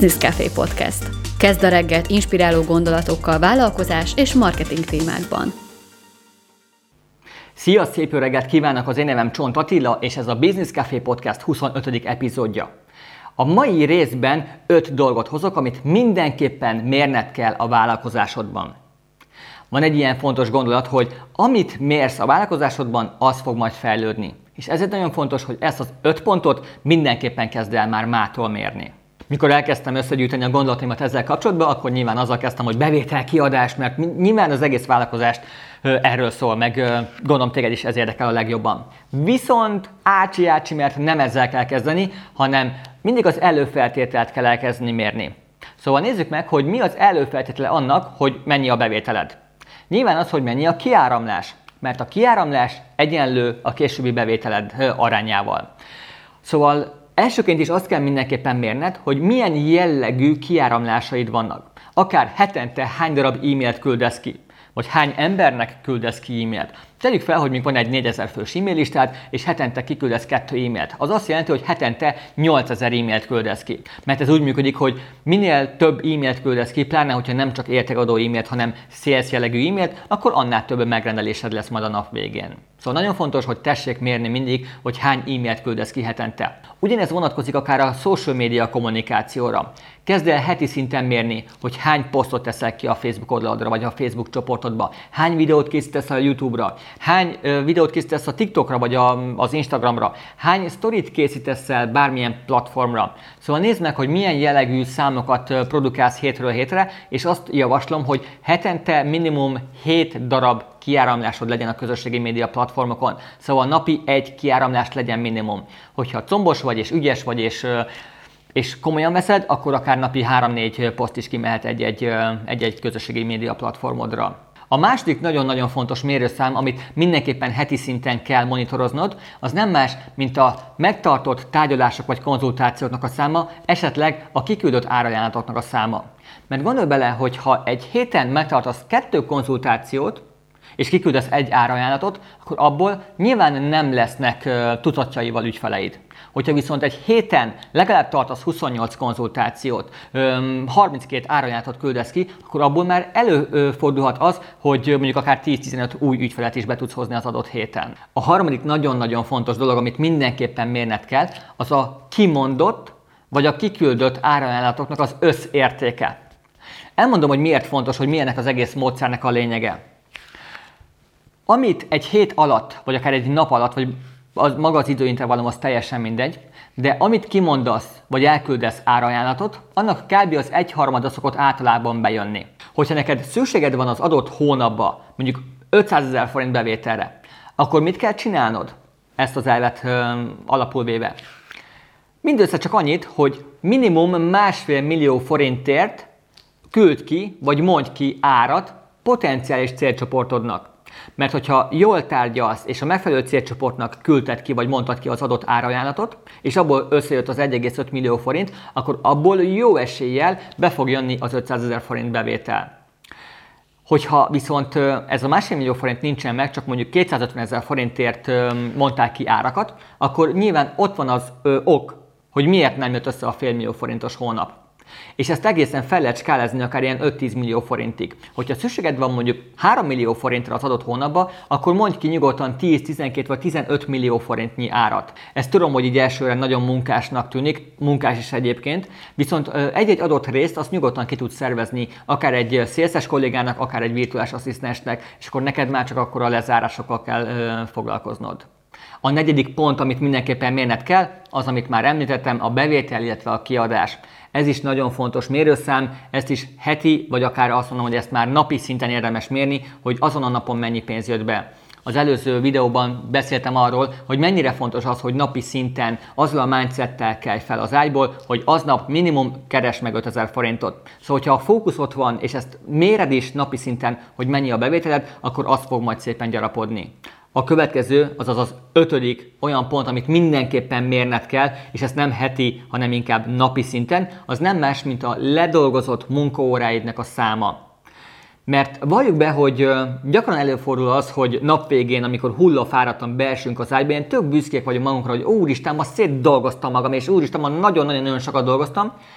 Business Café Podcast. Kezd a reggelt inspiráló gondolatokkal vállalkozás és marketing témákban. Szia, szép jó reggelt kívánok! Az én nevem Csont Attila, és ez a Business Café Podcast 25. epizódja. A mai részben 5 dolgot hozok, amit mindenképpen mérned kell a vállalkozásodban. Van egy ilyen fontos gondolat, hogy amit mérsz a vállalkozásodban, az fog majd fejlődni. És ezért nagyon fontos, hogy ezt az 5 pontot mindenképpen kezd el már mától mérni. Mikor elkezdtem összegyűjteni a gondolataimat ezzel kapcsolatban, akkor nyilván azzal kezdtem, hogy bevétel, kiadás, mert nyilván az egész vállalkozást erről szól, meg gondolom téged is ez érdekel a legjobban. Viszont ácsi, mert nem ezzel kell kezdeni, hanem mindig az előfeltételt kell elkezdeni mérni. Szóval nézzük meg, hogy mi az előfeltétele annak, hogy mennyi a bevételed. Nyilván az, hogy mennyi a kiáramlás, mert a kiáramlás egyenlő a későbbi bevételed arányával. Szóval elsőként is azt kell mindenképpen mérned, hogy milyen jellegű kiáramlásaid vannak. Akár hetente hány darab e-mailt küldesz ki, vagy hány embernek küldesz ki e-mailt. Tegyük fel, hogy még van egy 4000 fős e-mail listát, és hetente kiküldesz 2 e-mailt. Az azt jelenti, hogy hetente 8000 e-mailt küldesz ki. Mert ez úgy működik, hogy minél több e-mailt küldesz ki, pláne hogyha nem csak értékadó e-mailt, hanem sales jellegű e-mailt, akkor annál több megrendelésed lesz majd a nap végén. Szóval nagyon fontos, hogy tessék mérni mindig, hogy hány e-mailt küldesz ki hetente. Ugyanez vonatkozik akár a social media kommunikációra. Kezd el heti szinten mérni, hogy hány posztot teszel ki a Facebook oldaladra, vagy a Facebook csoportodba, hány videót készítesz a YouTube-ra, hány videót készítesz a TikTokra, vagy az Instagramra, hány sztorit készítesz el bármilyen platformra. Szóval nézd meg, hogy milyen jellegű számokat produkálsz hétről hétre, és azt javaslom, hogy hetente minimum 7 darab kiáramlásod legyen a közösségi média platformokon. Szóval napi 1 kiáramlást legyen minimum. Hogyha combos vagy, és ügyes vagy, és komolyan veszed, akkor akár napi 3-4 poszt is kimehet egy közösségi média platformodra. A második nagyon-nagyon fontos mérőszám, amit mindenképpen heti szinten kell monitoroznod, az nem más, mint a megtartott tárgyalások vagy konzultációknak a száma, esetleg a kiküldött árajánlatoknak a száma. Mert gondolj bele, hogy ha egy héten megtartasz 2 konzultációt, és kiküldesz 1 árajánlatot, akkor abból nyilván nem lesznek tucatjaival ügyfeleid. Hogyha viszont egy héten legalább tartasz 28 konzultációt, 32 árajánlatot küldesz ki, akkor abból már előfordulhat az, hogy mondjuk akár 10-15 új ügyfelet is be tudsz hozni az adott héten. A harmadik nagyon-nagyon fontos dolog, amit mindenképpen mérned kell, az a kimondott vagy a kiküldött árajánlatoknak az összértéke. Elmondom, hogy miért fontos, hogy milyennek az egész módszernek a lényege. Amit egy hét alatt, vagy akár egy nap alatt, vagy maga az időintervallum az teljesen mindegy, de amit kimondasz, vagy elküldesz árajánlatot, annak kb. Az 1/3 szokott általában bejönni. Hogyha neked szükséged van az adott hónapban, mondjuk 500 000 forint bevételre, akkor mit kell csinálnod? Ezt az elvet alapul véve. Mindössze csak annyit, hogy minimum 1,5 millió forintért küld ki, vagy mondj ki árat potenciális célcsoportodnak. Mert hogyha jól tárgyalsz, és a megfelelő célcsoportnak küldted ki, vagy mondtad ki az adott árajánlatot, és abból összejött az 1,5 millió forint, akkor abból jó eséllyel be fog jönni az 500 000 forint bevétel. Hogyha viszont ez a 1,5 millió forint nincsen meg, csak mondjuk 250 000 forintért mondták ki árakat, akkor nyilván ott van az ok, hogy miért nem jött össze a fél millió forintos hónap. És ezt egészen fel lehet skálázni akár ilyen 5-10 millió forintig. Hogyha szükséged van mondjuk 3 millió forintra az adott hónapban, akkor mondj ki nyugodtan 10, 12 vagy 15 millió forintnyi árat. Ezt tudom, hogy így elsőre nagyon munkásnak tűnik, munkás is egyébként, viszont egy-egy adott részt azt nyugodtan ki tudsz szervezni akár egy szélszes kollégának, akár egy virtuális asszisztensnek, és akkor neked már csak akkor a lezárásokkal kell foglalkoznod. A negyedik pont, amit mindenképpen mérned kell, az, amit már említettem, a bevétel, illetve a kiadás. Ez is nagyon fontos mérőszám, ezt is heti, vagy akár azt mondom, hogy ezt már napi szinten érdemes mérni, hogy azon a napon mennyi pénz jött be. Az előző videóban beszéltem arról, hogy mennyire fontos az, hogy napi szinten azzal a mindsettel kelj fel az ágyból, hogy aznap minimum keres meg 5000 forintot. Szóval, hogyha a fókusz ott van, és ezt méred is napi szinten, hogy mennyi a bevételed, akkor az fog majd szépen gyarapodni. A következő, azaz az 5. olyan pont, amit mindenképpen mérned kell, és ezt nem heti, hanem inkább napi szinten, az nem más, mint a ledolgozott munkaóráidnak a száma. Mert valljuk be, hogy gyakran előfordul az, hogy nap végén, amikor hullafáradtan beesünk az ágyba, ilyen tök büszkék vagyunk magunkra, hogy úristen, ma szétdolgoztam magam, és úristen, ma nagyon-nagyon sokat dolgoztam,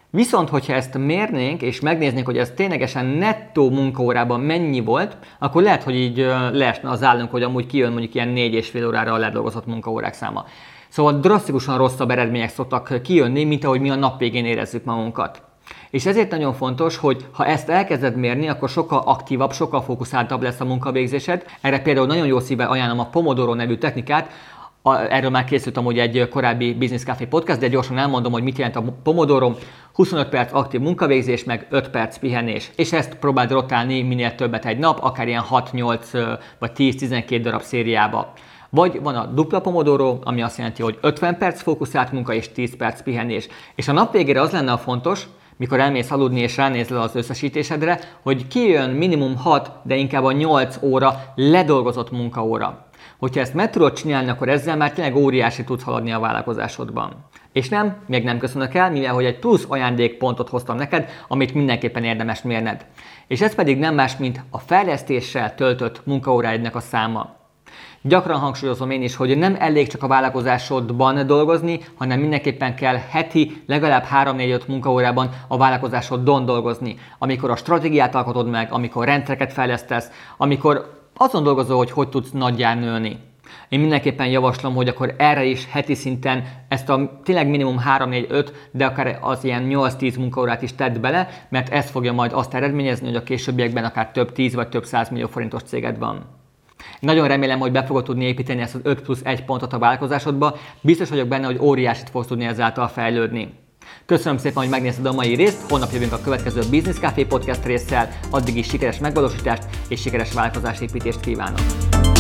Viszont, hogyha ezt mérnénk, és megnéznénk, hogy ez ténylegesen nettó munkaórában mennyi volt, akkor lehet, hogy így leesne az állunk, hogy amúgy kijön mondjuk ilyen 4,5 órára a ledolgozott munkaórák száma. Szóval drasztikusan rosszabb eredmények szoktak kijönni, mint ahogy mi a nap végén érezzük magunkat. És ezért nagyon fontos, hogy ha ezt elkezded mérni, akkor sokkal aktívabb, sokkal fókuszáltabb lesz a munkavégzésed. Erre például nagyon jó szívvel ajánlom a Pomodoro nevű technikát. Erről már készült amúgy egy korábbi Business Café podcast, de gyorsan elmondom, hogy mit jelent a Pomodoro. 25 perc aktív munkavégzés, meg 5 perc pihenés. És ezt próbáld rotálni minél többet egy nap, akár ilyen 6-8 vagy 10-12 darab szériába. Vagy van a dupla Pomodoro, ami azt jelenti, hogy 50 perc fókuszált munka és 10 perc pihenés. És a nap végére az lenne a fontos, mikor elmész aludni és ránézel az összesítésedre, hogy kijön minimum 6, de inkább a 8 óra ledolgozott munkaóra. Hogyha ezt meg tudod csinálni, akkor ezzel már tényleg óriási tudsz haladni a vállalkozásodban. És még nem köszönök el, mivel hogy egy plusz ajándékpontot hoztam neked, amit mindenképpen érdemes mérned. És ez pedig nem más, mint a fejlesztéssel töltött munkaóráidnak a száma. Gyakran hangsúlyozom én is, hogy nem elég csak a vállalkozásodban dolgozni, hanem mindenképpen kell heti legalább 3-4-5 munkaórában a vállalkozásodon dolgozni. Amikor a stratégiát alkotod meg, amikor rendszereket fejlesztesz, amikor azon dolgozol, hogy tudsz nagyján nőni. Én mindenképpen javaslom, hogy akkor erre is heti szinten ezt a tényleg minimum 3-4-5, de akár az ilyen 8-10 munkaórát is tedd bele, mert ez fogja majd azt eredményezni, hogy a későbbiekben akár több 10 vagy több 100 millió forintos céged van. Nagyon remélem, hogy be fogod tudni építeni ezt az 5+1 pontot a vállalkozásodba. Biztos vagyok benne, hogy óriásit fogsz tudni ezáltal fejlődni. Köszönöm szépen, hogy megnézted a mai részt, holnap jövünk a következő Business Café podcast résszel, addig is sikeres megvalósítást és sikeres vállalkozásépítést kívánok!